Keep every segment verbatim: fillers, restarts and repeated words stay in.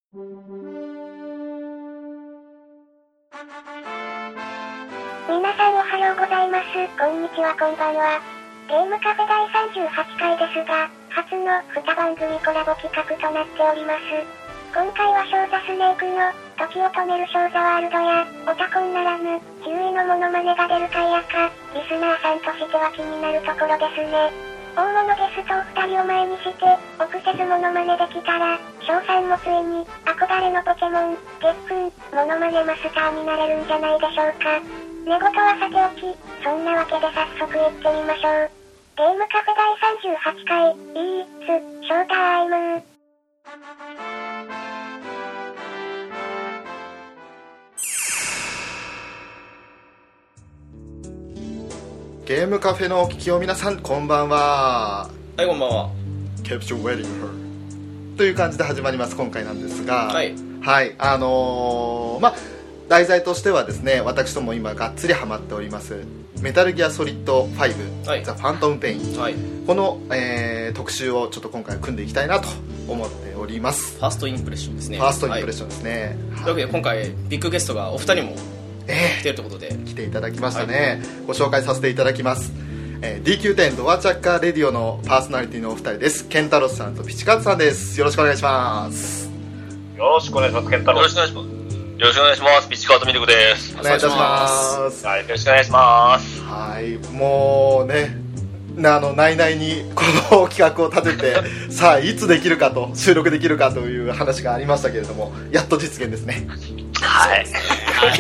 皆さんおはようございます。こんにちは、こんばんは。ゲームカフェだいさんじゅうはちかいですが、初のに番組コラボ企画となっております。今回はショーザスネークの時を止めるショーザワールドやオタコンならぬヒューイのモノマネが出る回やか、リスナーさんとしては気になるところですね。大物ゲストお二人を前にして臆せずモノマネできたら、翔さんもついに憧れのポケモンゲックンモノマネマスターになれるんじゃないでしょうか。寝言はさておき、そんなわけで早速行ってみましょう。ゲームカフェだいさんじゅうはちかい、イーツ、ショータイム。 ゲームカフェのお聞きを皆さん、こんばんは。 はい、こんばんは。 Capture Wedding Her という感じで始まります、今回なんですが、 はい。 はい、あのー、まあ、題材としてはですね、私ども今がっつりハマっておりますメタルギアソリッドファイブ、はい、ザ・ファントムペイン、はい、この、えー、特集をちょっと今回組んでいきたいなと思っております。 ファーストインプレッションですね。 ファーストインプレッションですね、 はい、というわけで今回ビッグゲストがお二人も来ているということで、 えー、来ていただきましたね、はい、ご紹介させていただきます。えー、ディーキューテン ドアチャッカーレディオのパーソナリティのお二人です。ケンタロスさんとピチカートさんです。よろしくお願いします。 よろしくお願いします。ケンタロス。 よろしくお願いします。よろしくお願いします。ピチカートミルクです。 お願いいたします。 はい、よろしくお願いします。 はい、もうね、あの内々にこの企画を立ててさあいつできるかと、収録できるかという話がありましたけれども、やっと実現ですね。 はい。はい。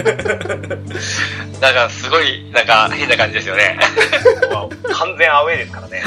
なんかすごいなんか変な感じですよね。 完全アウェーですからね。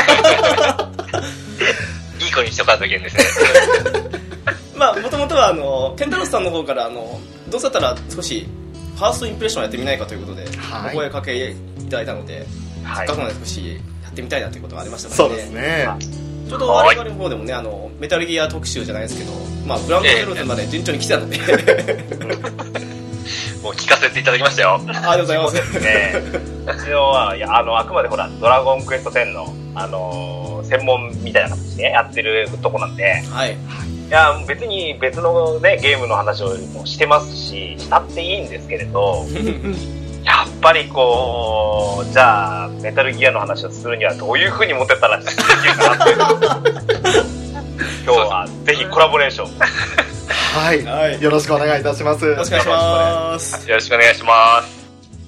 いい子にしとかんといけんですね。 まあもともとはあのケンタロスさんの方からあのどうせだったら少しファーストインプレッションやってみないかということで、はい、お声かけいただいたので、はい、せっかくなので少しやってみたいなということがありましたので、 そうですね。 ちょうど我々の方でもね、あのメタルギア特集じゃないですけど、まあグランドゼロゼまで順調に来てたので、えー、もう聞かせていただきましたよ。 ありがとうございます。 ね、一応はいやあのあくまでほらドラゴンクエストテンのあのー、専門みたいな形でやってるとこなんで、はい。いや別に別の、ね、ゲームの話をもしてますし、したっていいんですけれどやっぱりこうじゃあメタルギアの話をするにはどういう風に持ってったらできるかなって今日はぜひコラボレーションはい、はい、よろしくお願いいたします。 よろしくお願いします。 よろしくお願いします。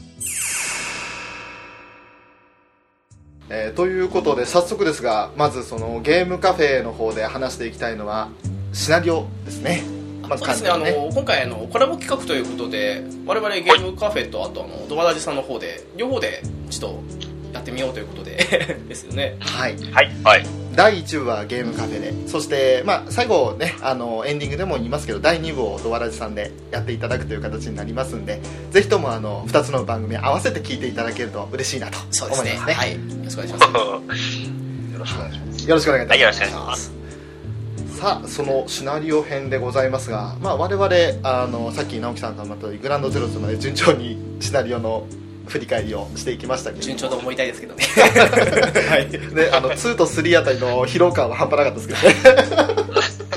えー、ということで早速ですが、まずそのゲームカフェの方で話していきたいのはシナリオですね。まずそうですね、あの今回あのコラボ企画ということで、我々ゲームカフェとあとあのドマダジさんの方で両方でちょっとやってみようということでですよね。 はいはいはい。 だいいち部はゲームカフェで、そして、まあ、最後ね、あのエンディングでも言いますけどだいに部をドワラジさんでやっていただくという形になりますんで、ぜひともあのふたつの番組合わせて聞いていただけると嬉しいなと思いますね。 そうですね、はい、よろしくお願いします。 よろしくお願いします。 よろしくお願いいたします。 はい、よろしくお願いします。 さあそのシナリオ編でございますが、まあ、我々あのさっき直樹さんとまたグランドゼロズまで順調にシナリオの振り返りをしていきましたけど、 順調と思いたいですけどね。 はい、であのにとスリーあたりの疲労感は半端なかったですけどね。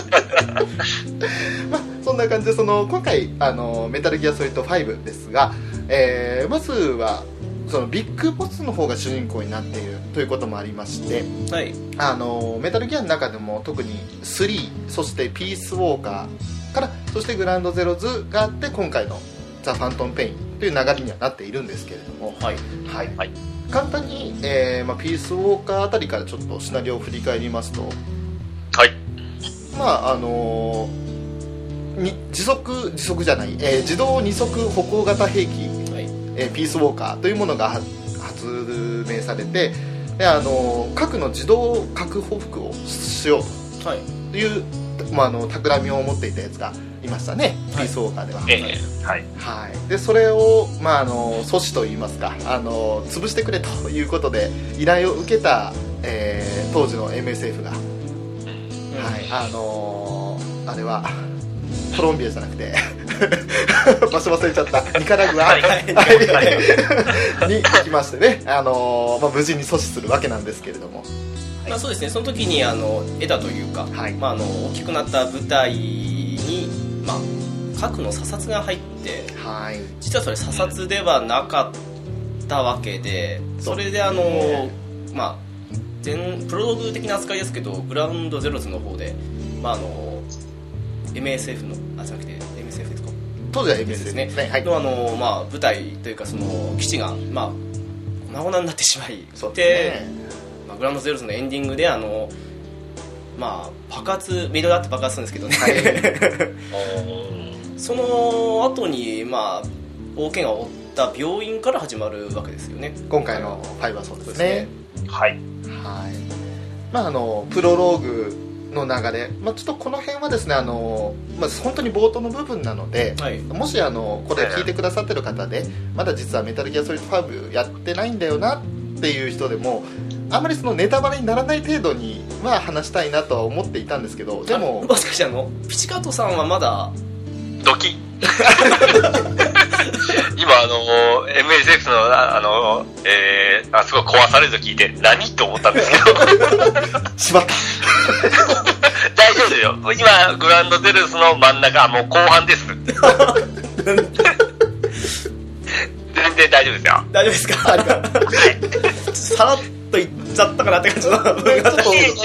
まあそんな感じで、その今回あのメタルギアソリッドファイブですが、えー、まずはそのビッグボスの方が主人公になっているということもありまして、はい、あのメタルギアの中でも特にスリー、そしてピースウォーカーから、そしてグランドゼロズがあって、今回のザ・ファントムペインという流れにはなっているんですけれども、はいはいはい、簡単に、えーまあ、ピースウォーカーあたりからちょっとシナリオを振り返りますと、 はい、 まああのー、に時速時速じゃない、えー、自動二足歩行型兵器、えー、ピースウォーカーというものが発明されて、で、あのー、核の自動核報復をしようという、はい、まあ、あの企みを持っていたやつがいましたね、はい、ピースウォーカーでは、 えーはいはい、でそれを、まあ、あの阻止といいますか、あの潰してくれということで依頼を受けた、えー、当時の エムエスエフ が、うん、はい、あのー、あれはコロンビアじゃなくて場所忘れちゃった、ニカラグア、はいはい、に行きましてね、あのーまあ、無事に阻止するわけなんですけれども、 まあ、そうですね、その時にあの得たというか、はい、まあ、あの大きくなった舞台に、まあ、核の査察が入って、はい、実はそれ査察ではなかったわけで、それであの、まあ、全プロローグ的な扱いですけど、グラウンドゼロズの方で、まあ、あの エムエスエフ のあじゃなくて エムエスエフ ですか、 当時は エムエスエフ ですね、はい、 のあの、まあ、舞台というかその基地が、まあ、粉々になってしまい、 そうですね、 まあ、グラウンドゼロズのエンディングであの、まあ、爆発メイドがあって爆発するんですけどね、はいその後に、まあ、大怪我を負った病院から始まるわけですよね、 今回のファイブはそうですね。 はい、 はい、まあ、あのプロローグの流れ、まあ、ちょっとこの辺はですね、あの、まあ、本当に冒頭の部分なので、はい、もしあのこれ聞いてくださってる方でまだ実はメタルギアソリッドファイブやってないんだよなっていう人でも、あんまりそのネタバレにならない程度には話したいなとは思っていたんですけど、でももしかしてあのピチカートさんはまだドキ今あの エムエスエフ のあの、えー、あすごい壊されると聞いて何って思ったんですけどしまった大丈夫ですよ、今グランドゼルスの真ん中もう後半です全然大丈夫ですよ。 大丈夫ですかはいさらっといっちゃったかなって感じの部分が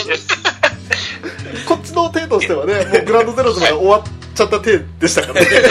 こっちの手としてはね、もうグランドゼロスまで終わっちゃった手でしたからねいや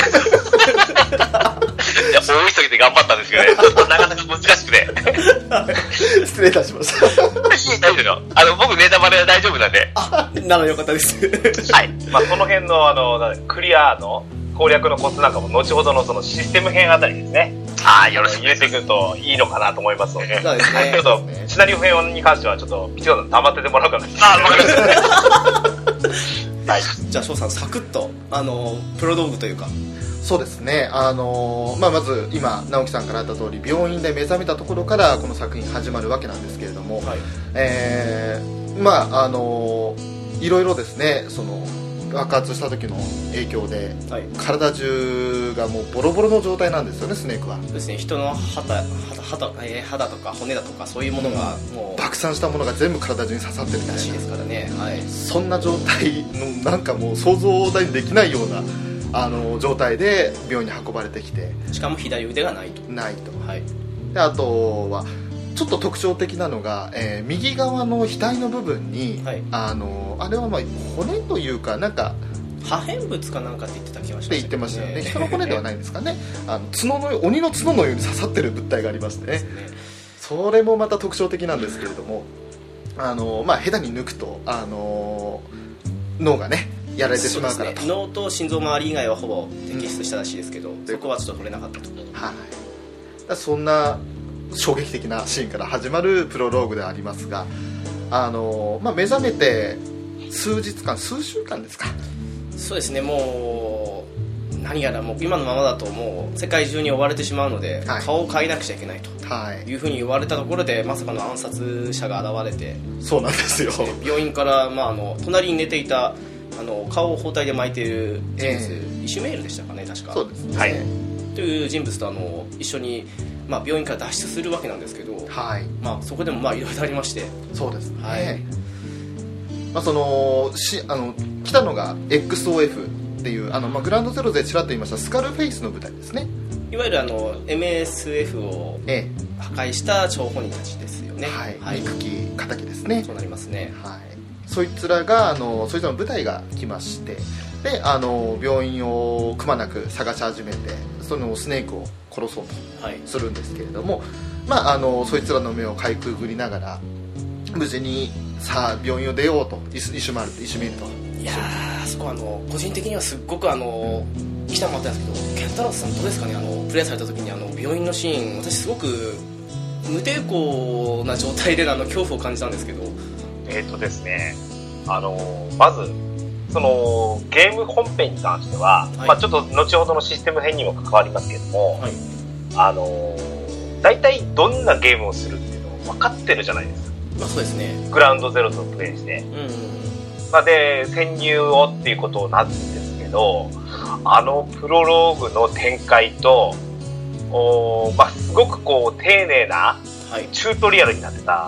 大急ぎで頑張ったんですけどね、ちょっとなかなか難しくて失礼いたしました大丈夫よ、あの僕ネタバレは大丈夫なんで。 あ、ならよかったですはい、まあ、その辺のあのクリアの攻略のコツなんかも後ほどのそのシステム編あたりですね、 ああよろしく入れていくといいのかなと思いますので、 そうですね、 ちょっとシナリオ編に関してはちょっとピチカートさん黙っててもらうかな。 ああ、わかりましたはい、じゃあ翔さんサクッとあのプロ道具というか。 そうですね、あのーまあ、まず今直樹さんからあった通り病院で目覚めたところからこの作品始まるわけなんですけれども、はい、えー、まああのー、いろいろですね、その爆発した時の影響で、はい、体中がもうボロボロの状態なんですよね、スネークは。 そうですね、人の肌、肌、えー、肌とか骨だとかそういうものがもう爆散したものが全部体中に刺さってるみたいならしいですからね、はい、 そんな状態のなんかもう想像だにできないようなあの状態で病院に運ばれてきて、 しかも左腕がないとないと、 はい、 であとはちょっと特徴的なのが、えー、右側の額の部分に、はい、あのあれはまあ骨というかなんか破片物かなんかって言ってた気がしました、ね、 って言ってましたよね。人の骨ではないんですかねあの角の鬼の角のように刺さってる物体がありましてね、それもまた特徴的なんですけれども、あの、まあ、下手に抜くと、あの脳がねやられてしまうからと、 ね、脳と心臓周り以外はほぼ摘出したらしいですけど、うん、そこはちょっと取れなかったと、 はい、だそんな衝撃的なシーンから始まるプロローグではありますが、あの、まあ、目覚めて数日間数週間ですか。 そうですね、もう何やらもう今のままだともう世界中に追われてしまうので、はい、顔を変えなくちゃいけないと、はい、いうふうに言われたところでまさかの暗殺者が現れて、 そうなんですよ、 病院から、まあ、あの隣に寝ていたあの顔を包帯で巻いている人物、えー、イシュメールでしたかね確か。 そうですね、 はい、という人物とあの一緒に、まあ、病院から脱出するわけなんですけど、はい、まあ、そこでもまあいろいろありまして。 そうですね、 はい、 まあ、そのしあの来たのが エックスオーエフ っていうあの、まあ、グランドゼロでちらっと言いましたスカルフェイスの舞台ですね。 いわゆるあの エムエスエフ を破壊した張本人たちですよね、 はい、はい、憎き仇ですね。 そうなりますね、 はい、そいつらがあのそいつらの部隊が来まして、であの病院をくまなく探し始めてそのスネークを殺そうとするんですけれども、はい、まあ、あのそいつらの目をかいくぐりながら無事にさあ病院を出ようとイシュマルとイシュメールと。 いやー、そこはあの個人的にはすっごくあの来たもあったんですけど、ケンタロスさんどうですかね、あのプレイされた時にあの病院のシーン、私すごく無抵抗な状態であの恐怖を感じたんですけど。 えーとですね、あのまずそのゲーム本編に関しては、はい、まあ、ちょっと後ほどのシステム編にも関わりますけども、はい、あの大体どんなゲームをするっていうのを分かってるじゃないですか。 まあ、そうですね、 グラウンドゼロとプレイして、うんうん、まあ、で潜入をっていうことになるんですけど、あのプロローグの展開とお、まあ、すごくこう丁寧なチュートリアルになってた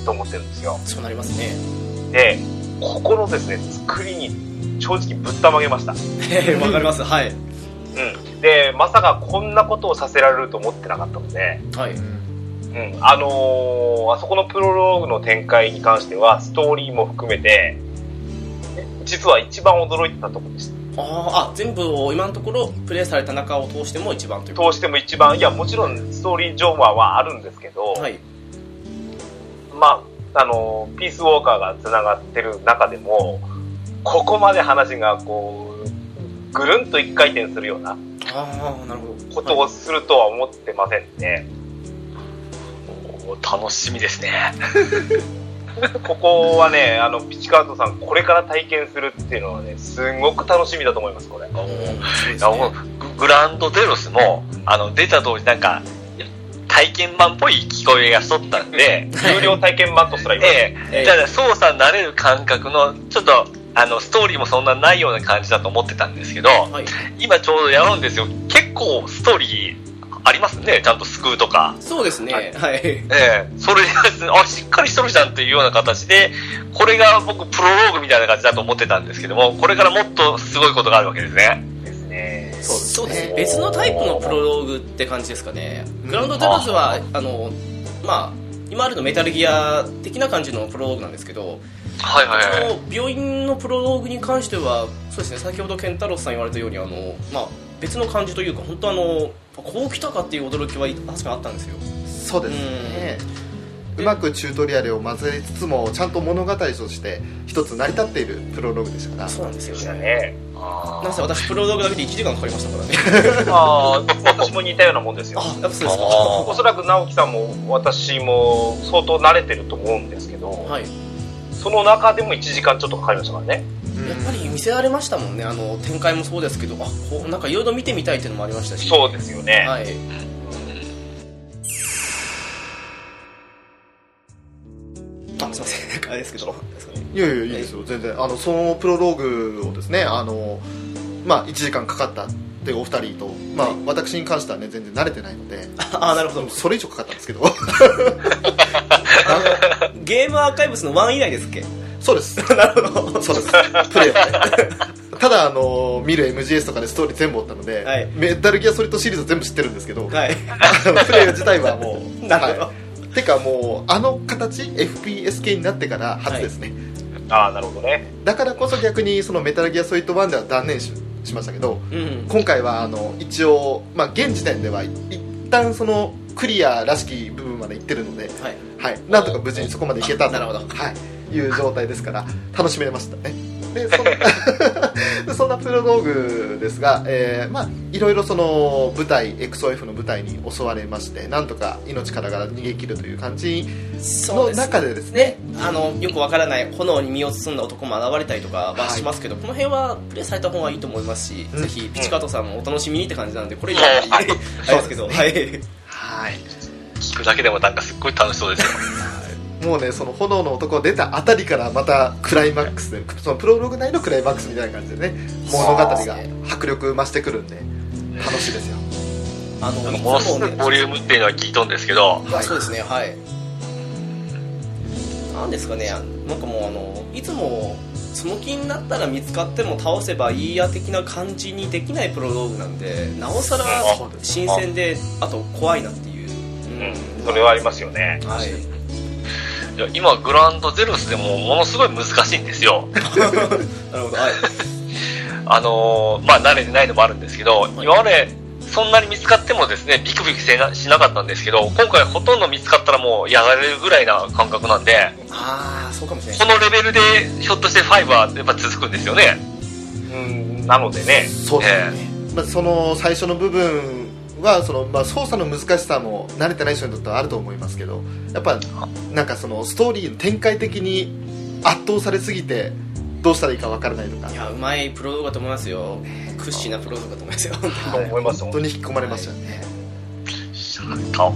と思ってるんですよ。 そうなりますね。 で、ここのですね、作りに正直ぶったまげました。わかります。はい。 うん。で、まさかこんなことをさせられると思ってなかったので、 はい。 うん。あのー、あそこのプロローグの展開に関しては、ストーリーも含めて、実は一番驚いてたところでした。 ああ、全部を今のところプレイされた中を通しても一番という通しても一番、いや、もちろんストーリー上ははあるんですけど、 はい。 まあ、あの、ピースウォーカーが繋がってる中でも、ここまで話がこう、ぐるんと一回転するような、 ああ、なるほど。ことをするとは思ってませんね。 はい、楽しみですね。 ここはね、あの、ピチカートさん、これから体験するっていうのはね、すごく楽しみだと思います、これ。 グ, グランドゼロスも、あの、出た通りなんか、体験版っぽい聞こえがしとったんで、 有料体験版とすら言われて、 ええ、ただ操作に慣れる感覚の、ちょっと、あの、ストーリーもそんなないような感じだと思ってたんですけど、はい、今ちょうどやるんですよ。結構ストーリー、ありますね、ちゃんと救うとか。 そうですね、はい。 ええー、それで、あ、しっかりしとるじゃんっていうような形で、これが僕、プロローグみたいな感じだと思ってたんですけども、これからもっとすごいことがあるわけですね。 ですね。 そうですね。別のタイプのプロローグって感じですかね。グラウンドゼロズは、あの、まあ、今あるのメタルギア的な感じのプロローグなんですけど、 はいはいはい。 この病院のプロローグに関しては、そうですね、先ほどケンタロスさん言われたように、あの、まあ、別の感じというか、本当あの、こう来たかっていう驚きは確かにあったんですよ。 そうですね。うまくチュートリアルを混ぜつつもちゃんと物語として一つ成り立っているプロローグでしたから。 そうなんですよね。 ねなんせ私プロローグだけでいちじかんかかりましたからね。 ああ、私も似たようなもんですよ。 あ、やっぱそうですか。 おそらく直樹さんも私も相当慣れてると思うんですけど、 はい、 その中でもいちじかんちょっとかかりましたからね。 やっぱり見せられましたもんね。あの展開もそうですけど、あ、こうなんかいろいろ見てみたいっていうのもありましたし。 そうですよね。 はい。あ、すいません、なんかあれですけど。 いやいや、いいですよ、全然。あのそのプロローグをですね、あのまあいちじかんかかったっていうお二人と、まあ、はい、私に関してはね全然慣れてないので、 あ、なるほど。 それ以上かかったんですけど。 ゲームアーカイブスのいち以内ですっけ？ そうです。 なるほど。 そうです。プレイはね。ただあの見る エムジーエス とかでストーリー全部おったので、はい、メタルギアソリッドシリーズ全部知ってるんですけど、はい、プレイ自体はもう。 なるほど。はい、 てかもうあの形 エフピーエス 系になってから初ですね。 はい、ああ、なるほどね。 だからこそ逆にそのメタルギアソリッドワンでは断念ししましたけど、うん、今回はあの一応、まあ、現時点では一旦そのクリアらしき部分まで行ってるので、はいはい、なんとか無事にそこまで行けたと、はい、いう状態ですから楽しめましたね。でそんなそんなプロローグですが、えーまあ、いろいろその舞台 エックスオーエフ の舞台に襲われまして、なんとか命からがら逃げ切るという感じの中でですね、 ですね、あのよくわからない炎に身を包んだ男も現れたりとかはしますけど、はい、この辺はプレイされた方がいいと思いますし、うん、ぜひピチカートさんもお楽しみにって感じなんで、これ以上はあれですけど、はい、はい、 聞くだけでもなんかすっごい楽しそうですよ。 もうね、その炎の男が出たあたりからまたクライマックスで、そのプロローグ内のクライマックスみたいな感じでね、物語が迫力増してくるんで楽しいですよ。 あのものすごいボリュームっていうのは聞いたんですけど、 はい、そうですね、はい。なんですかね、なんかもうあのいつもその気になったら見つかっても倒せばいいや的な感じにできないプロローグなんで、なおさら新鮮で、あと怖いなっていう、 うん、それはありますよね。 はい。 いや今グランドゼロスでもものすごい難しいんですよ。 なるほど、はい。 あのー、まあ慣れてないのもあるんですけど、はい、今までそんなに見つかってもですねビクビクしな、しなかったんですけど、今回ほとんど見つかったらもうやられるぐらいな感覚なんで、 ああ、そうかもしれない。 このレベルでひょっとしてファイブはやっぱ続くんですよね。 うん、なのでね、 そうですね、えーまあ、その最初の部分はその、まあ、操作の難しさも慣れてない人にとってはあると思いますけど、やっぱなんかそのストーリーの展開的に圧倒されすぎてどうしたらいいか分からないとか、 いや、うまいプロローグだと思いますよ。屈指なプロローグだと思いますよ。 はい、 本当に引き込まれましたよね。 顔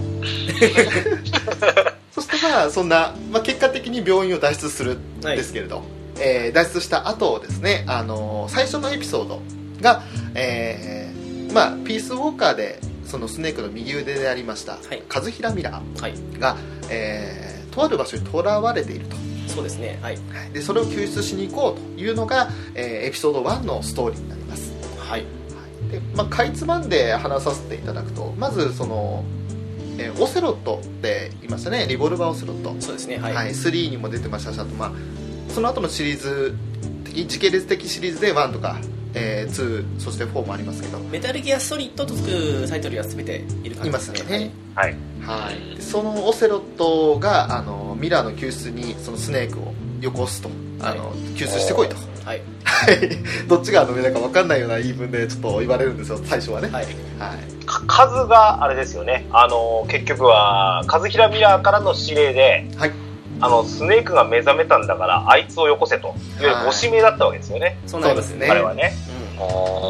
そしてまあそんな、まあ、結果的に病院を脱出するんですけれど、はい、えー、脱出した後ですね、あのー、最初のエピソードが、えーまあ、ピースウォーカーでそのスネークの右腕でありました、はい、カズヒラミラーが、はい、えとある場所に囚われていると。 そうですね、はい、 でそれを救出しに行こうというのが、えー、エピソードワンのストーリーになります。 はい、 でまあ、かいつまんで話させていただくと、まずその、えー、オセロットって言いましたね、リボルバーオセロット。 そうですね、はい、 はい、スリーにも出てましたし、あと、まあ、その後のシリーズ的時系列的シリーズでワンとか、えー、ツーそしてフォーもありますけど、 メタルギアソリッドとつくタイトルが全ている感じですね。いますね、 はいはい、そのオセロットがあのミラーの救出にそのスネークをよこすと、あの、はい、救出してこいと、 はい、 どっちが上だか分かんないような言い分でちょっと言われるんですよ、最初はね。はい、はい、 数があれですよね、あの結局は和平ミラーからの指令で、はい、あのスネークが目覚めたんだからあいつをよこせというご指名だったわけですよね。 そうなんですね、 あれはね、 うん、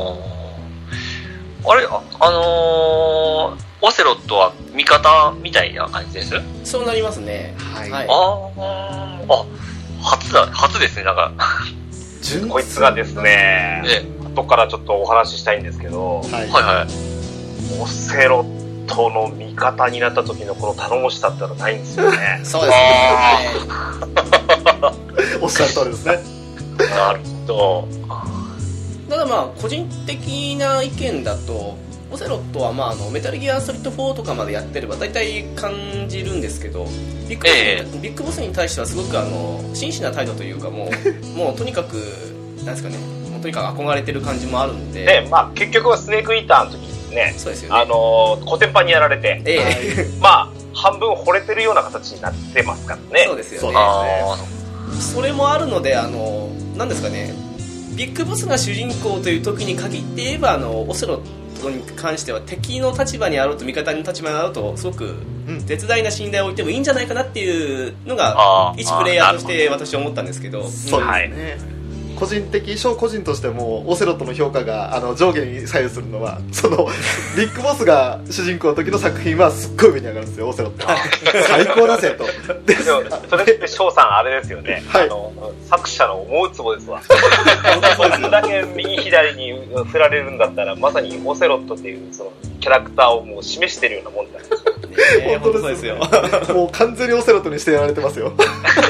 あれ あ, あのー、オセロットは味方みたいな感じです。 そうなりますね。 はい、 はい、ああ初だ初ですね。なんかこいつがですね、ね、後からちょっとお話ししたいんですけど、 はいはいはい、 オセロットの味方になった時のこの頼もしさってのはないんですよね。 そうですね、 おっしゃる通りですね。 なるほど。 ただまあ個人的な意見だと、オセロットはまああのメタルギアソリッドフォーとかまでやってれば大体感じるんですけど、ビッグボス、えー、ビッグボスに対してはすごくあの真摯な態度というか、もうもうとにかくなんですかね、もうとにかく憧れてる感じもあるんで、 で、まあ、結局はスネークイーターの時にね、 そうですよね、 あのコテンパンにやられて、 えー、まあ半分惚れてるような形になってますからね。 そうですよね。それもあるので、あのなんですかね、ビッグボスが主人公という時に限って言えば、あのオセロットに関しては敵の立場にあろうと味方の立場にあろうとすごく絶大な信頼を置いてもいいんじゃないかなっていうのが一プレイヤーとして私は思ったんですけど、 そうですね、はい、個人的小個人としてもオセロットの評価があの上下に左右するのは、そのビッグボスが主人公の時の作品はすっごい上に上がるんですよ、オセロット最高だぜと。 でもそれって翔さんあれですよね、はい、あの作者の思うツボですわ。これだけ右左に振られるんだったら、まさにオセロットっていうそのキャラクターをもう示してるようなもんじゃないですか。 えー、本当そうですよ。 もう完全にオセロットにしてやられてますよ。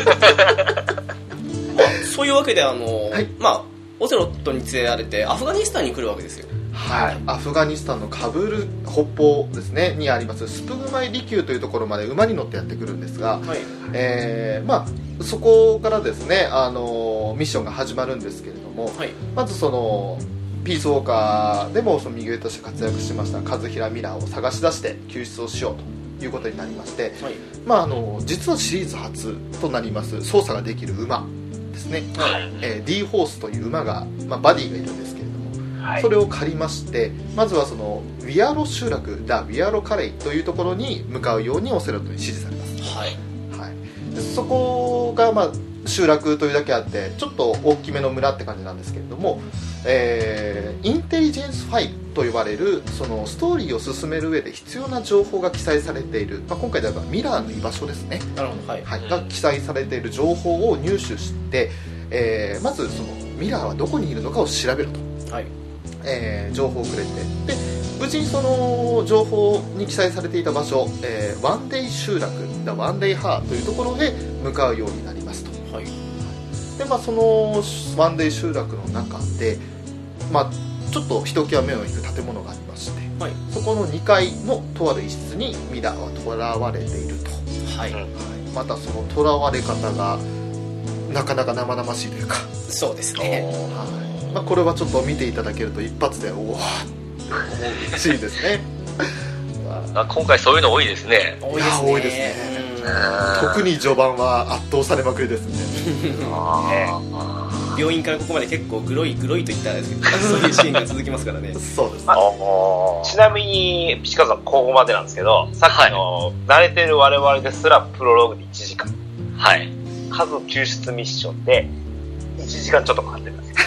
まあ、そういうわけで、あの、はい、まあ、オセロットに連れられてアフガニスタンに来るわけですよ。 はい、アフガニスタンのカブール北方ですねにありますスプグマイ離宮というところまで馬に乗ってやってくるんですが、はい、えーまあ、そこからですね、あのミッションが始まるんですけれども、はい、まずそのピースウォーカーでもその右上として活躍しました和平ミラーを探し出して救出をしようということになりまして、はい、まあ、あの実はシリーズ初となります操作ができる馬ですね、はい、えー、D ホースという馬が、まあ、バディがいるんですけれども、はい、それを借りまして、まずはそのウィアロ集落ダ・ウィアロカレイというところに向かうようにオセロットに指示されます、はいはい、でそこが、まあ、集落というだけあってちょっと大きめの村って感じなんですけれども、えー、インテリジェンスファイルと呼ばれるそのストーリーを進める上で必要な情報が記載されている、まあ、今回ではミラーの居場所ですね、 なるほど、はいはい、 が記載されている情報を入手して、えー、まずそのミラーはどこにいるのかを調べろと、はい、えー、情報をくれて、で無事にその情報に記載されていた場所、えー、ワンデイ集落だワンデイハーというところへ向かうようになりますと、はい、でまあ、そのワンデイ集落の中で、まあ、ちょっとひときわ目を引く建物がありまして、はい、そこのにかいのとある一室にミラーは囚われていると、はいはい、またその囚われ方がなかなか生々しいというか、 そうですね、 はい、まあ、これはちょっと見ていただけると一発でおおって思うシーンですね。 あ、今回そういうの多いですね。 多いですね。 多いですね。特に序盤は圧倒されまくりですね。 あ病院からここまで結構グロいグロいといったらですけど、そういうシーンが続きますからね。 そうです、ね、 あちなみにピチカさんここまでなんですけど、さっきの、はい、慣れてる我々ですらプロローグでいちじかん、はい、数救出ミッションでいちじかんちょっとかかってるんですよ。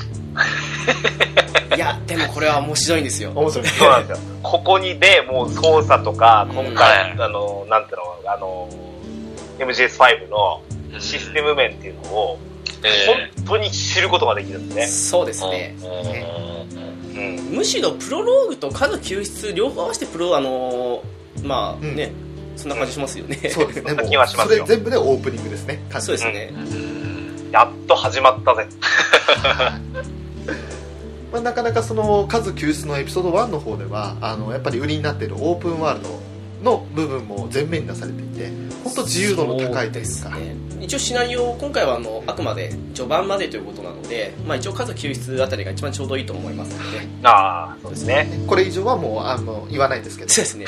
いやでもこれは面白いんですよ。 面白い。 そうなんですよ。ここにでもう操作とか、今回、うん、あのなんていうのあの エムジーエスファイブ のシステム面っていうのを、うん、本当に知ることができるんですね。 そうですね。うん、むしろプロローグと数救出両方合わせてプロあのまあね、うん、 そんな感じしますよね。 そうですね。もう気はしますよ。 それ全部でオープニングですね。 そうですね。 うん、やっと始まったぜ。 まあ、なかなかその数救出のエピソードワンの方ではあのやっぱり売りになっているオープンワールドの部分も前面に出されていて、本当自由度の高いというか、 ね、一応シナリオ今回はあのあくまで序盤までということなので、まあ、一応数救出あたりが一番ちょうどいいと思いますので、 ああそうですね。 これ以上はもうあの言わないですけど、 そうですね。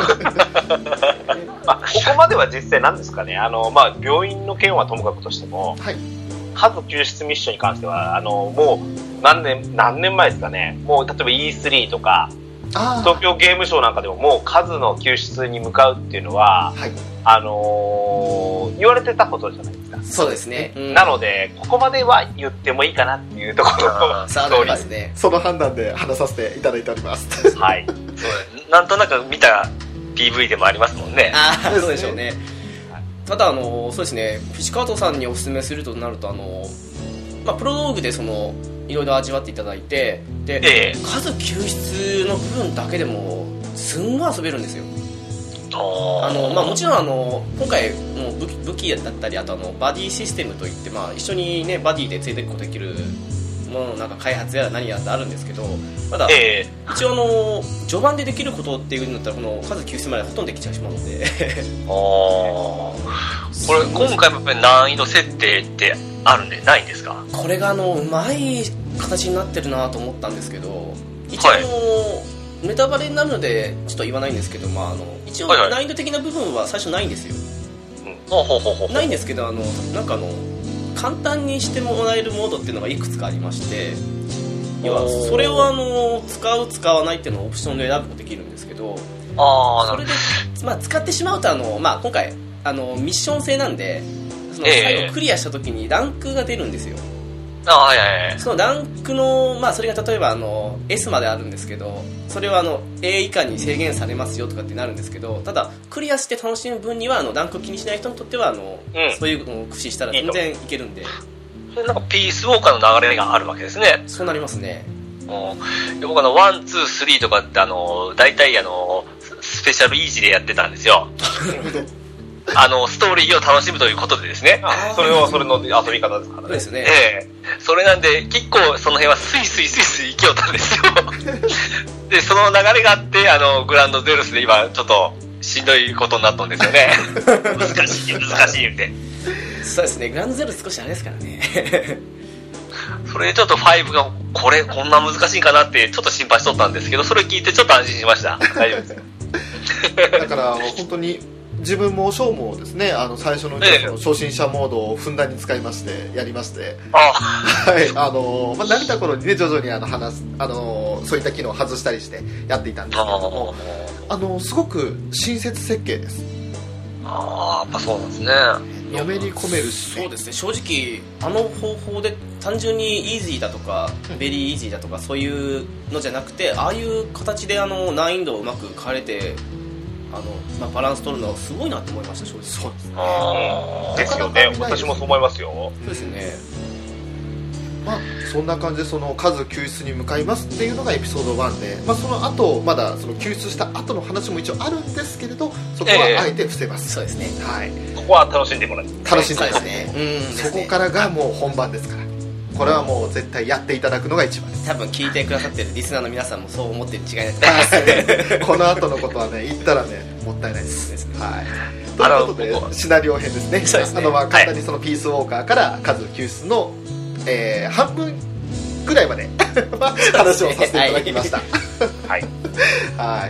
まあ、ここまでは実際なんですかね、あの、まあ、病院の件はともかくとしても、はい、数救出ミッションに関してはあのもう何年何年前ですかね、もう例えば イースリー とか東京ゲームショウなんかでももう数の救出に向かうっていうのは、はい、あのー、言われてたことじゃないですか。 そうですね、うん、 なのでここまでは言ってもいいかなっていうところのそうですね、 その判断で話させていただいておりますはいそうなんとなく見た ピーブイ でもありますもんね。 ああそうでしょうね。ただあのそうですね、ピチカートさんにお勧めするとなるとあの、まあ、プロローグでそのいろいろ味わっていただいて、で、ええ、数救出の部分だけでもすんごい遊べるんですよ。あの、まあ、もちろんあの今回もう武器、武器だったりあとあのバディシステムといって、まあ、一緒に、ね、バディで連れていくことができるもののなんか開発や何やってあるんですけど、ただ、ええ、一応あの序盤でできることっていうんだったらこの数救出までほとんどできちゃうしまうのであこれ今回もやっぱり難易度設定ってあるんでないんですか？ これがあのうまい形になってるなと思ったんですけど、一応、はい、ネタバレになるのでちょっと言わないんですけど、まあ、あの一応難易度的な部分は最初ないんですよ、はいはい、ないんですけどあのなんかあの簡単にしてもらえるモードっていうのがいくつかありまして、要はそれをあの使う使わないっていうのをオプションで選ぶことできるんですけど、あそれで、まあ、使ってしまうとあの、まあ、今回あのミッション制なんでその最後クリアした時にランクが出るんですよ。 あはいはいはい、 そのランクの、まあ、それが例えばあの エス まであるんですけど、それはあの エー 以下に制限されますよとかってなるんですけど、ただクリアして楽しむ分にはあのランクを気にしない人にとってはあの、うん、そういうのを駆使したら全然いけるんで、 それなんかピースウォーカーの流れがあるわけですね。 そうなりますね。 で僕あのワン、ツー、スリーとかってあの大体あのスペシャルイージーでやってたんですよ。あのストーリーを楽しむということでですね。 それはそれの遊び方ですからね。 そうですね。 ええー、それなんで結構その辺はスイスイスイスイ行きよったんですよ。でその流れがあってあのグランドゼロスで今ちょっとしんどいことになったんですよね。難しい難しいって。 そうですね。グランドゼロ少しあれですからね。 それでちょっとファイブがこれこんな難しいかなってちょっと心配しとったんですけど、それ聞いてちょっと安心しました。大丈夫ですよ。 だから本当に自分もショーもですね、あの最初のうちはその初心者モードをふんだんに使いましてやりまして、はい、あのまあ、慣れた頃にね徐々にあの話すあのそういった機能を外したりしてやっていたんですけども、あのすごく親切設計です。 ああ、やっぱそうなんですね。 のめり込めるし、 ね、そうですね。正直あの方法で単純にイージーだとかベリーイージーだとかそういうのじゃなくて、ああいう形であの難易度をうまく変えれてあの、まあ、バランス取るのはすごいなと思いました。正直そうですね。 あですよね。私もそう思いますよ。 そうですね。 まあ、そんな感じでその数救出に向かいますっていうのがエピソードワンで、まあ、その後まだその救出した後の話も一応あるんですけれど、そこはあえて伏せます、 えー、そうですね、 はい、 ここは楽しんでもらって楽しんでもらって、 ね、うん、 そこからがもう本番ですから、これはもう絶対やっていただくのが一番です。 多分聞いてくださってるリスナーの皆さんもそう思ってるに違いないと思います。 この後のことはね言ったらねもったいないです、ですね、はい、ということでシナリオ編ですね。 そうですね。 あのまあ簡単にそのピースウォーカーから数救出の、えー、半分ぐらいまで話をさせていただきました。 はい。 はい。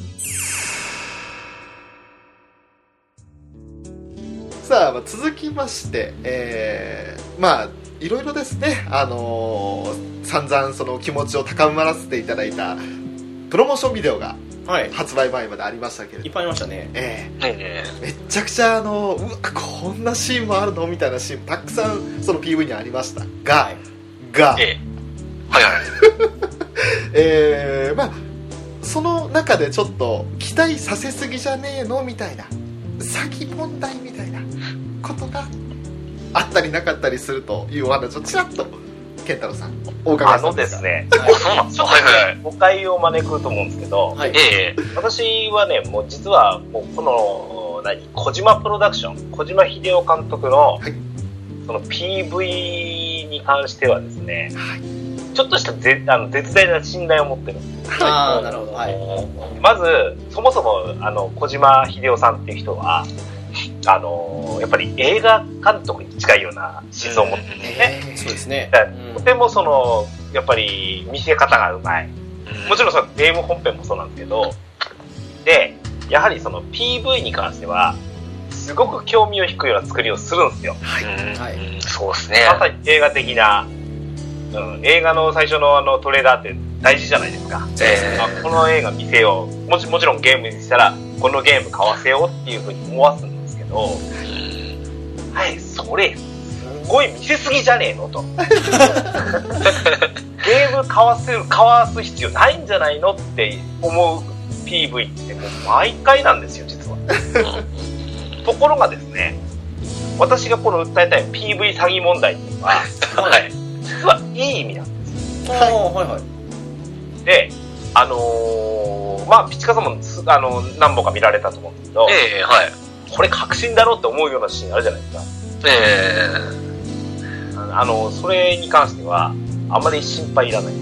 さあ続きまして、えー、まあいろいろですね、あのー、散々その気持ちを高まらせていただいたプロモーションビデオが発売前までありましたけれど、はい、 いっぱいありましたね。 えー、めちゃくちゃあのうわこんなシーンもあるのみたいなシーンたくさんその ピーブイ にありましたが。はいが、 ええ、はいはいえー、まあその中でちょっと期待させすぎじゃねえのみたいな先問題みたいなことがあったりなかったりするというお話をちらっと健太郎さんお伺いしたんですか。 あのですね、はい、そうなんですよ。はいはい、誤解を招くと思うんですけど、はい、えー、私はね、もう実はもうこの何小島プロダクション、小島秀夫監督の、はい、その ピーブイ に関してはですね、はい、ちょっとしたぜあの絶大な信頼を持ってるんです。 ああ、なるほど。はい。 まずそもそもあの小島秀夫さんっていう人は。あのー、やっぱり映画監督に近いような思想を持ってるんですね、 えー、そうですね、 とてもそのやっぱり見せ方がうまい、もちろんそのゲーム本編もそうなんですけど、でやはりその ピーブイ に関してはすごく興味を引くような作りをするんですよ、 はいはい、そうですね、 まさに映画的な、うん、映画の最初のあのトレーラーって大事じゃないですか、えー、この映画見せよう、もち、もちろんゲームにしたらこのゲーム買わせようっていうふうに思わすんですけど、はい、それすごい見せすぎじゃねえのとゲーム買わせる買わす必要ないんじゃないのって思う ピーブイ ってもう毎回なんですよ実はところがですね、私がこの訴えたい ピーブイ 詐欺問題っていうのは、はい、実はいい意味なんですよ。はいはいはい。で、あのー、まあピチカさんもあの何本か見られたと思うんですけど、えー、はい。これ確信だろうって思うようなシーンあるじゃないですか。えー、あのそれに関してはあんまり心配いらない。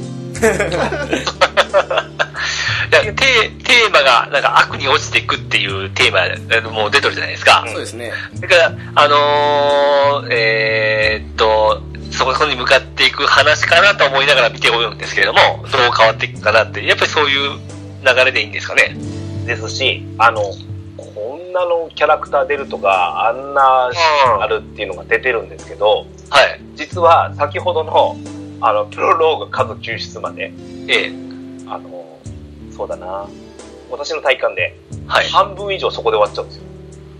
いやテ, テーマがなんか悪に落ちていくっていうテーマもう出てるじゃないですか。 そうですね。 だからあのー、えー、っとそこに向かっていく話かなと思いながら見ておるんですけれども、どう変わっていくかなって、やっぱりそういう流れでいいんですかね。 ですし、あのこんなのキャラクター出るとかあんなシーンあるっていうのが出てるんですけど、はい、実は先ほどのあのプロローグ数救出まで、ええ、あのそうだな、私の体感で、はい、半分以上そこで終わっちゃうんですよ。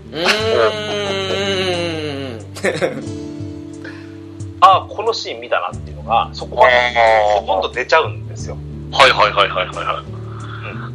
うーんああこのシーン見たなっていうのがそこまでほとんど出ちゃうんですよ。 はいはいはいはいはいはい、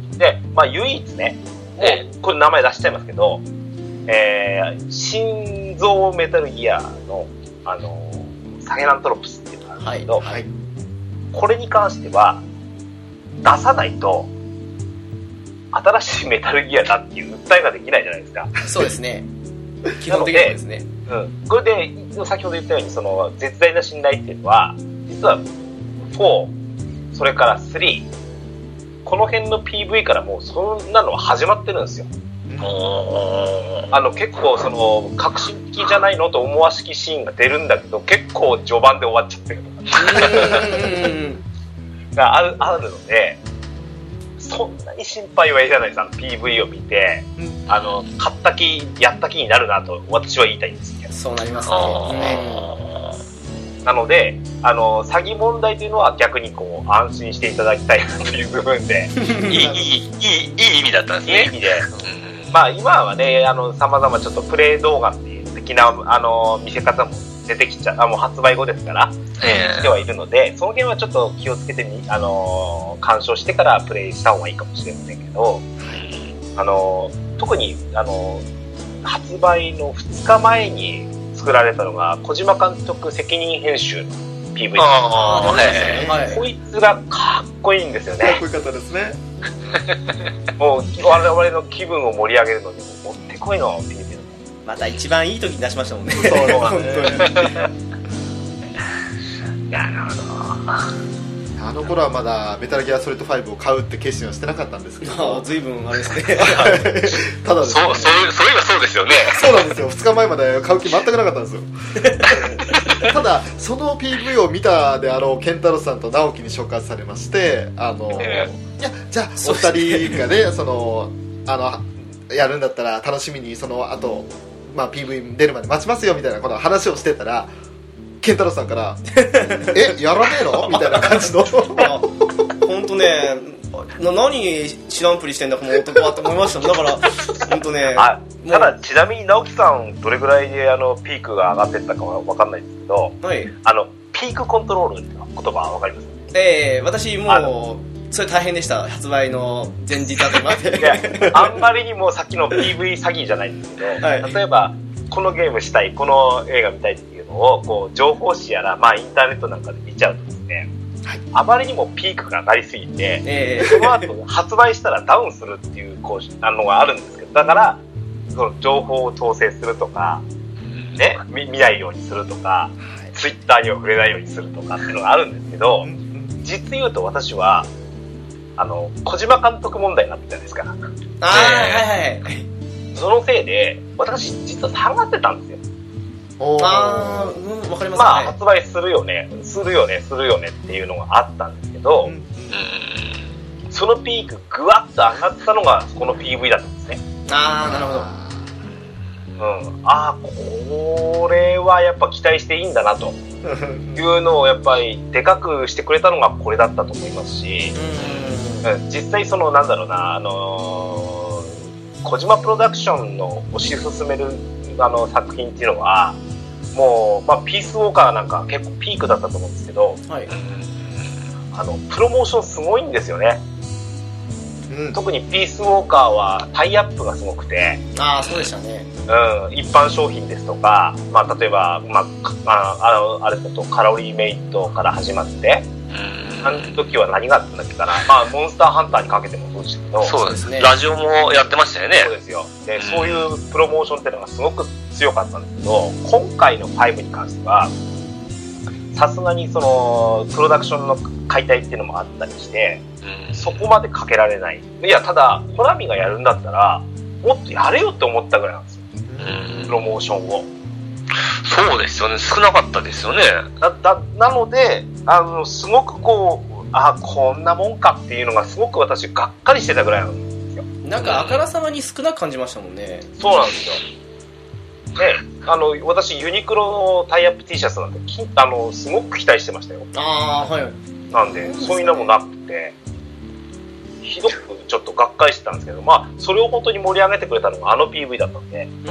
うん、で、まあ唯一ね、もうこれ名前出しちゃいますけど、えー、心臓メタルギアのあのサヘラントロプスっていうのがあるんですけど、はいはい、これに関しては出さないと新しいメタルギアだっていう訴えができないじゃないですか。 そうですね。基本的にはですね。 うん、これで先ほど言ったようにその絶大な信頼っていうのは実はフォーそれからスリーこの辺の ピーブイ からもうそんなのは始まってるんですよ。あの結構その革新的じゃないのと思わしきシーンが出るんだけど結構序盤で終わっちゃってるとかがある、あるのでそんなに心配はいらないです。あの ピーブイ を見て、うん、あの買った気やった気になるなと私は言いたいんですけど。 そうなりますね。 なのであの詐欺問題というのは逆にこう安心していただきたいなという部分でいいいいいいいい意味だったんですね。 いい意味で、うん、まあ今はねあの様々ちょっとプレイ動画っていう的なあの見せ方も出てきちゃう、あもう発売後ですから、えー、してはいるのでその辺はちょっと気をつけてみあの鑑賞してからプレイした方がいいかもしれませんけど、あの特にあの発売のふつかまえに作られたのが小島監督責任編集の ピーブイあ、 はい、こいつがかっこいいんですよね。 かっこよかったですね。 もう我々の気分を盛り上げるのにもってこいの ピーブイまた一番いい時に出しましたもんね。 そう本当になるほど。 あの頃はまだメタルギアソリッドファイブを買うって決心はしてなかったんですけど、 随分あれですね。 ただですね、 そう、そう、そういえばそうですよね。 そうなんですよ。ふつかまえまで買う気全くなかったんですよ。ただその ピーブイ を見たであろうケンタロスさんと直樹に紹介されまして、あの、えー、いやじゃあお二人がねそのあのやるんだったら楽しみにその後、まあ ピーブイ 出るまで待ちますよみたいなことを話をしてたら。ケンタロウさんからえやらねえのみたいな感じの本当ねな何知らんぷりしてんだこの男はって思いましたもん。だから本当ねあただちなみに直樹さんどれぐらいであのピークが上がってったかは分かんないんですけど、はい、あのピークコントロールっていう言葉は分かります？ ええー、私もうそれ大変でした。発売の前日あたりまで。 いやあんまりにもさっきの ピーブイ 詐欺じゃないんですけど、はい、例えばこのゲームしたいこの映画見たいっていうのをこう情報誌やら、まあ、インターネットなんかで見ちゃうとですね、はい、あまりにもピークが上がりすぎて、えー、その後発売したらダウンするっていうこうあのがあるんですけど、だからその情報を統制するとか、ね、見, 見ないようにするとか、はい、ツイッターには触れないようにするとかっていうのがあるんですけど、実言うと私はあの小島監督問題になってたじゃないですか。 あ、はいはい。 そのせいで私実は下がってたんですよ。 ああ、うん、わかりますね。 まあ発売するよね、するよね、するよねっていうのがあったんですけど、うん、そのピークぐわっと上がったのがこの ピーブイ だったんですね。 ああ、なるほど。 うん、ああこれはやっぱ期待していいんだなというのをやっぱりでかくしてくれたのがこれだったと思いますし、うん、実際そのなんだろうな、あのー、小島プロダクションの推し進めるあの作品っていうのはもう、まあ、ピースウォーカーなんか結構ピークだったと思うんですけど、はい、あのプロモーションすごいんですよね。うん、特にピースウォーカーはタイアップがすごくて、 ああそうでしたね、 うん、一般商品ですとか、まあ、例えば、まあ、あのあれだとカロリーメイトから始まって、うん、あの時は何があったんだっけかな、まあ、モンスターハンターにかけてもそうでしたけど、 そうですね、ラジオもやってましたよね。 そうですよ。で、うん、そういうプロモーションっていうのがすごく強かったんですけど、今回のファイブに関してはさすがにそのプロダクションの解体っていうのもあったりして、うん、そこまでかけられない。いや、ただコナミがやるんだったらもっとやれよって思ったぐらいなんですよ、うん、プロモーションを。 そうですよね、少なかったですよね。 だだなのであのすごくこう、あ、こんなもんかっていうのがすごく私がっかりしてたぐらいなんですよ。 なんかあからさまに少なく感じましたもんね。 そうなんですよ。ね、あの私ユニクロのタイアップ T シャツなんてあのすごく期待してましたよ。 ああ、はい。 なんでそういうのもなくてひどくちょっとがっかりしてたんですけど、まあそれを本当に盛り上げてくれたのがあの ピーブイ だったんで、う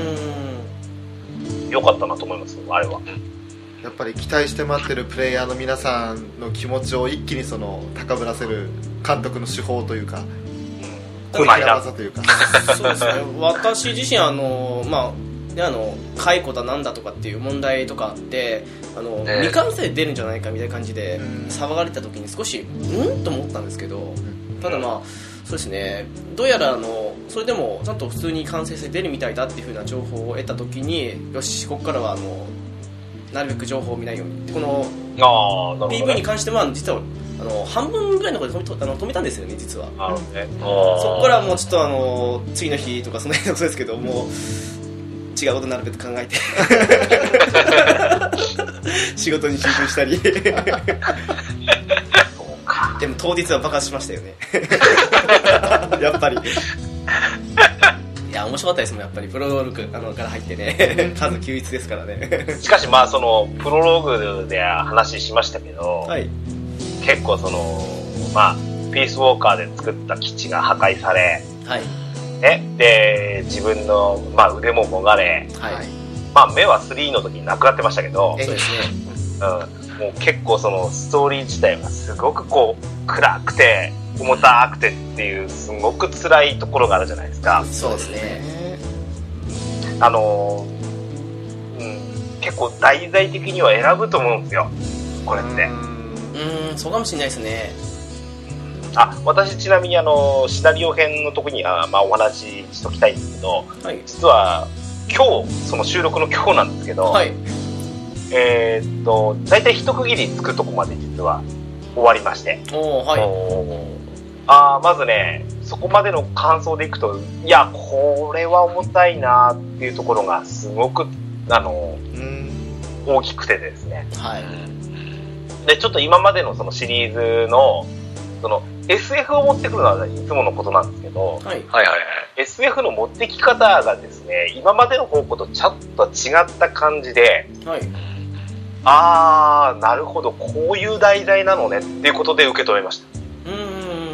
ーん、よかったなと思います。あれはやっぱり期待して待ってるプレイヤーの皆さんの気持ちを一気にその高ぶらせる監督の手法というか、小粋な技というかそうですね。私自身あのまあであの解雇だなんだとかっていう問題とかあってあの、ね、未完成出るんじゃないかみたいな感じで騒がれた時に少しうんと思ったんですけど、ただまあそうですね、どうやらあのそれでもちゃんと普通に完成して出るみたいだっていう風な情報を得た時に、よしここからはあのなるべく情報を見ないように、この ピーブイ に関しては実はあの半分ぐらいのところで 止 め, あの止めたんですよね実は。 あ、ね、 そこからもうちょっとあの次の日とかその辺のことですけども違うことになるべく考えて仕事に集中したりでも当日は爆発しましたよねやっぱりいや面白かったですもん、やっぱりプロローグあのから入ってね数救出ですからねしかしまあそのプロローグで話しましたけど、はい、結構そのまあピースウォーカーで作った基地が破壊され、はいね、で自分の、まあ、腕ももがれ、はい、まあ、目はスリーの時になくなってましたけど、そうですね、うん、もう結構そのストーリー自体はすごくこう暗くて重たくてっていうすごく辛いところがあるじゃないですか。 そうですね、 あの、うん、結構題材的には選ぶと思うんですよこれって。 うん、そうかもしれないですね。 あ、私ちなみにあのシナリオ編のとこには、まあ、お話ししときたいんですけど、はい、実は今日その収録の今日なんですけど、はい、えー、っと大体一区切りつくとこまで実は終わりまして、お、はい、あ、まずねそこまでの感想でいくと、いやこれは重たいなっていうところがすごくあの大きくてですね、はい、でちょっと今までのそのシリーズのその エスエフ を持ってくるのはいつものことなんですけど、はいはいはい、エスエフ の持ってき方がですね今までの方向とちょっと違った感じで、はい、あーなるほどこういう題材なのねっていうことで受け止めました。うーん、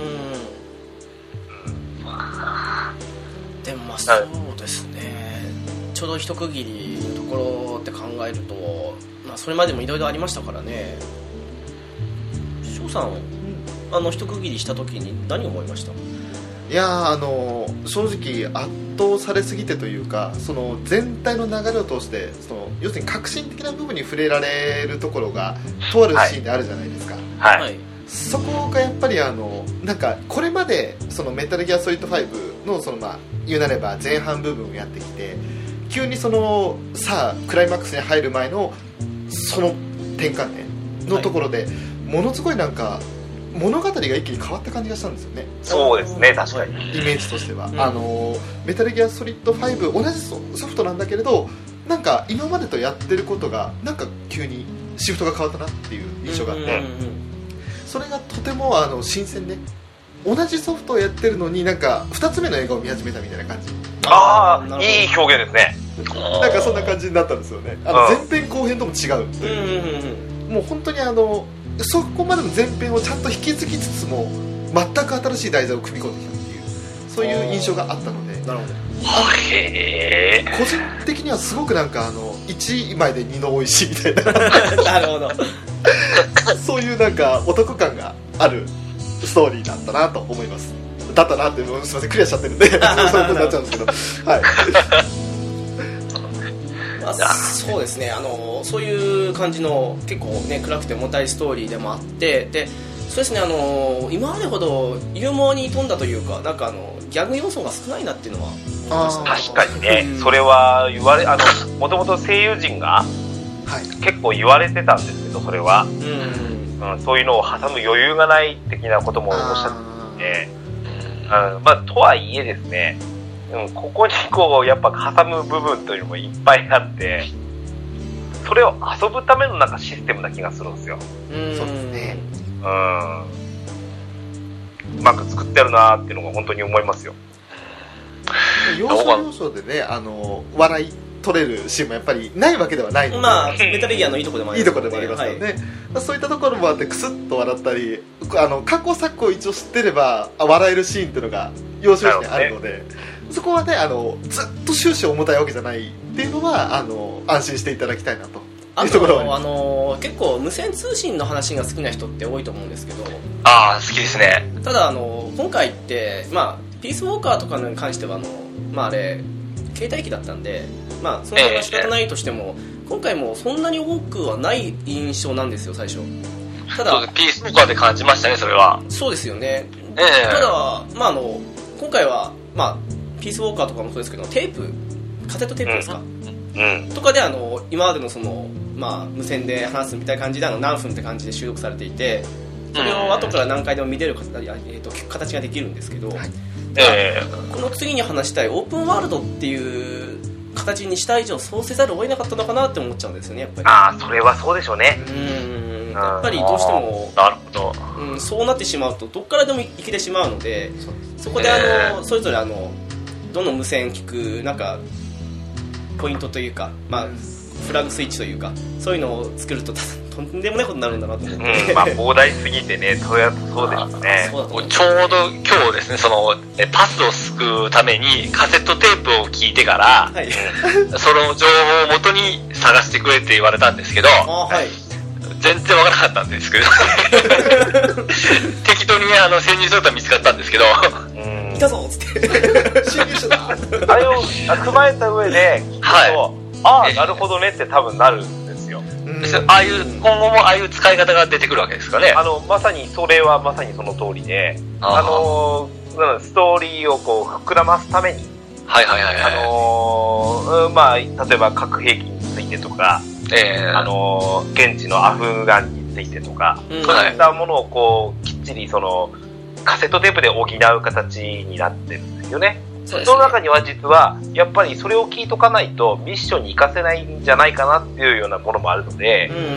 でもまあそうですね、ちょうど一区切りのところって考えると、まあ、それまでもいろいろありましたからね。翔さんあの一区切りした時に何を思いました？ いやあの正直圧倒されすぎてというか、その全体の流れを通してその要するに革新的な部分に触れられるところがとあるシーンであるじゃないですか。 はい、はい、 そこがやっぱりあのなんかこれまでそのメタルギアソリッドファイブのそのまあ言うなれば前半部分をやってきて、急にそのさあクライマックスに入る前のその転換点のところで、はい、ものすごいなんか物語が一気に変わった感じがしたんですよね。 そうですね、確かにイメージとしては、うん、あのメタルギアソリッドファイブ同じソフトなんだけれど、なんか今までとやってることがなんか急にシフトが変わったなっていう印象があって、うんうんうん、それがとてもあの新鮮で、同じソフトをやってるのになんかふたつめの映画を見始めたみたいな感じ。 ああ、いい表現ですね。 なんかそんな感じになったんですよね。あの前編後編とも違うという、うんうんうん、もう本当にあのそこまでの前編をちゃんと引き継ぎつつも全く新しい題材を組み込んできたっていう、そういう印象があったので、 なるほど。 へ個人的にはすごくなんかあのいちまいでにのおいしいみたいななるほどそういうなんかお得感があるストーリーだったなと思います。だったなって、すみませんクリアしちゃってるんでそういうことになっちゃうんですけどはいまあ、そうですね、あのそういう感じの結構ね暗くて重たいストーリーでもあって、でそうですね、あの今までほどユーモアに富んだというか、なんかあのギャグ要素が少ないなっていうのは思いましたね。 確かにね、うん、それは言われ、あのもともと声優陣が結構言われてたんですけど、それは、うんうん、そういうのを挟む余裕がない的なこともおっしゃってて、あまあ、とはいえですね、うん、ここにこうやっぱ挟む部分というのもいっぱいあって、それを遊ぶためのなんかシステムな気がするんですよ。 うんそうですね、 うん、うまく作ってるなーっていうのが本当に思いますよ。 要所要所でね、あの笑い取れるシーンもやっぱりないわけではないので、 まあメタルギアのいいところでもあります、ね、 いいところでもありますよね、はい、そういったところもあってクスッと笑ったり、あの過去作を一応知ってれば笑えるシーンっていうのが要所要所にあるので、そこはね、あのずっと終始重たいわけじゃないっていうのはあの安心していただきたいなというところはあります。 あの結構無線通信の話が好きな人って多いと思うんですけど、 ああ好きですね。 ただあの今回って、まあ、ピースウォーカーとかに関してはあの、まあ、あれ携帯機だったんで、まあ、その辺は仕方ないとしても、えー、今回もそんなに多くはない印象なんですよ最初。ただピースウォーカーで感じましたね、それは。 そうですよね、 えー、 ただ、まあ、あの今回は、まあ、ピースウォーカーとかもそうですけどテープカセットテープですか、 うん、 とかであの今までのその、まあ、無線で話すみたいな感じであの何分って感じで収録されていて、それを後から何回でも見れる形、えー、と形ができるんですけど、はい、 えー、 この次に話したいオープンワールドっていう形にした以上そうせざるを得なかったのかなって思っちゃうんですよね、やっぱり。 ああ、それはそうでしょうね。 うんやっぱりどうしてもなるほど、 うん、そうなってしまうとどっからでも行けてしまうので、そこであの、えー、それぞれあのどの無線聞くなんかポイントというか、まあ、フラグスイッチというかそういうのを作るととんでもないことになるんだなと思って、 うん、まあ膨大すぎてね、そうやそうですね。 ちょうど今日ですね、そのパスを救うためにカセットテープを聞いてから、はい、その情報を元に探してくれって言われたんですけど、 はい、 全然わからなかったんですけど適当にあの潜入すると見つかったんですけど、 うんいたぞっつって侵入者だあれを踏まえた上で聞くと、はい、ああなるほどねって多分なるんですよ。 ああいう今後もああいう使い方が出てくるわけですかね。 あのまさにそれはまさにその通りで、あのストーリーをこう膨らますために、 はいはいはいはい、 あのまあ例えば核兵器についてとか、えー、あの現地のアフガンについてとか、うん、そういったものをこうきっちりそのカセットテープで補う形になってるんですよね。その中には実はやっぱりそれを聞いとかないとミッションに活かせないんじゃないかなっていうようなものもあるので、うんうんうん、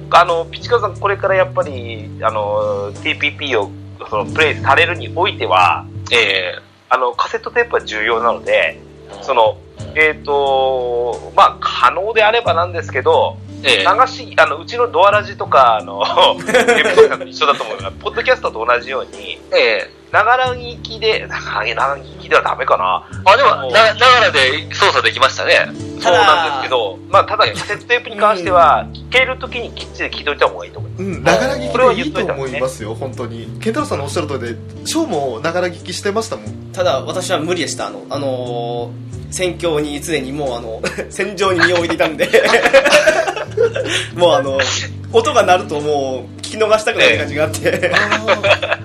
あのピチカさんこれからやっぱりあの ティーピーピー をそのプレイされるにおいては、えー、あのカセットテープは重要なので、そのえっとまあ可能であればなんですけど、 ええ、流し、あの、うちのドアラジとか、あの、ゲームとかと一緒だと思うのが、ポッドキャストと同じように、ええ、ながら聞きで、ながら聞きではダメかな。 あ、でも、な、ながらで操作できましたね。 そうなんですけど、まあ、ただ、カセットテープに関しては、聞けるときにきっちり聞いといた方がいいと思います。 うん、ながら聞きでいいと思いますよ、本当に。ケンタロウさんのおっしゃる通りで、ショーもながら聞きしてましたもん。 ただ、私は無理でした。あの、あのー、戦況に常にもうあの戦場に身を置いていたんでもうあの音が鳴るともう聞き逃したくない感じがあって、えー、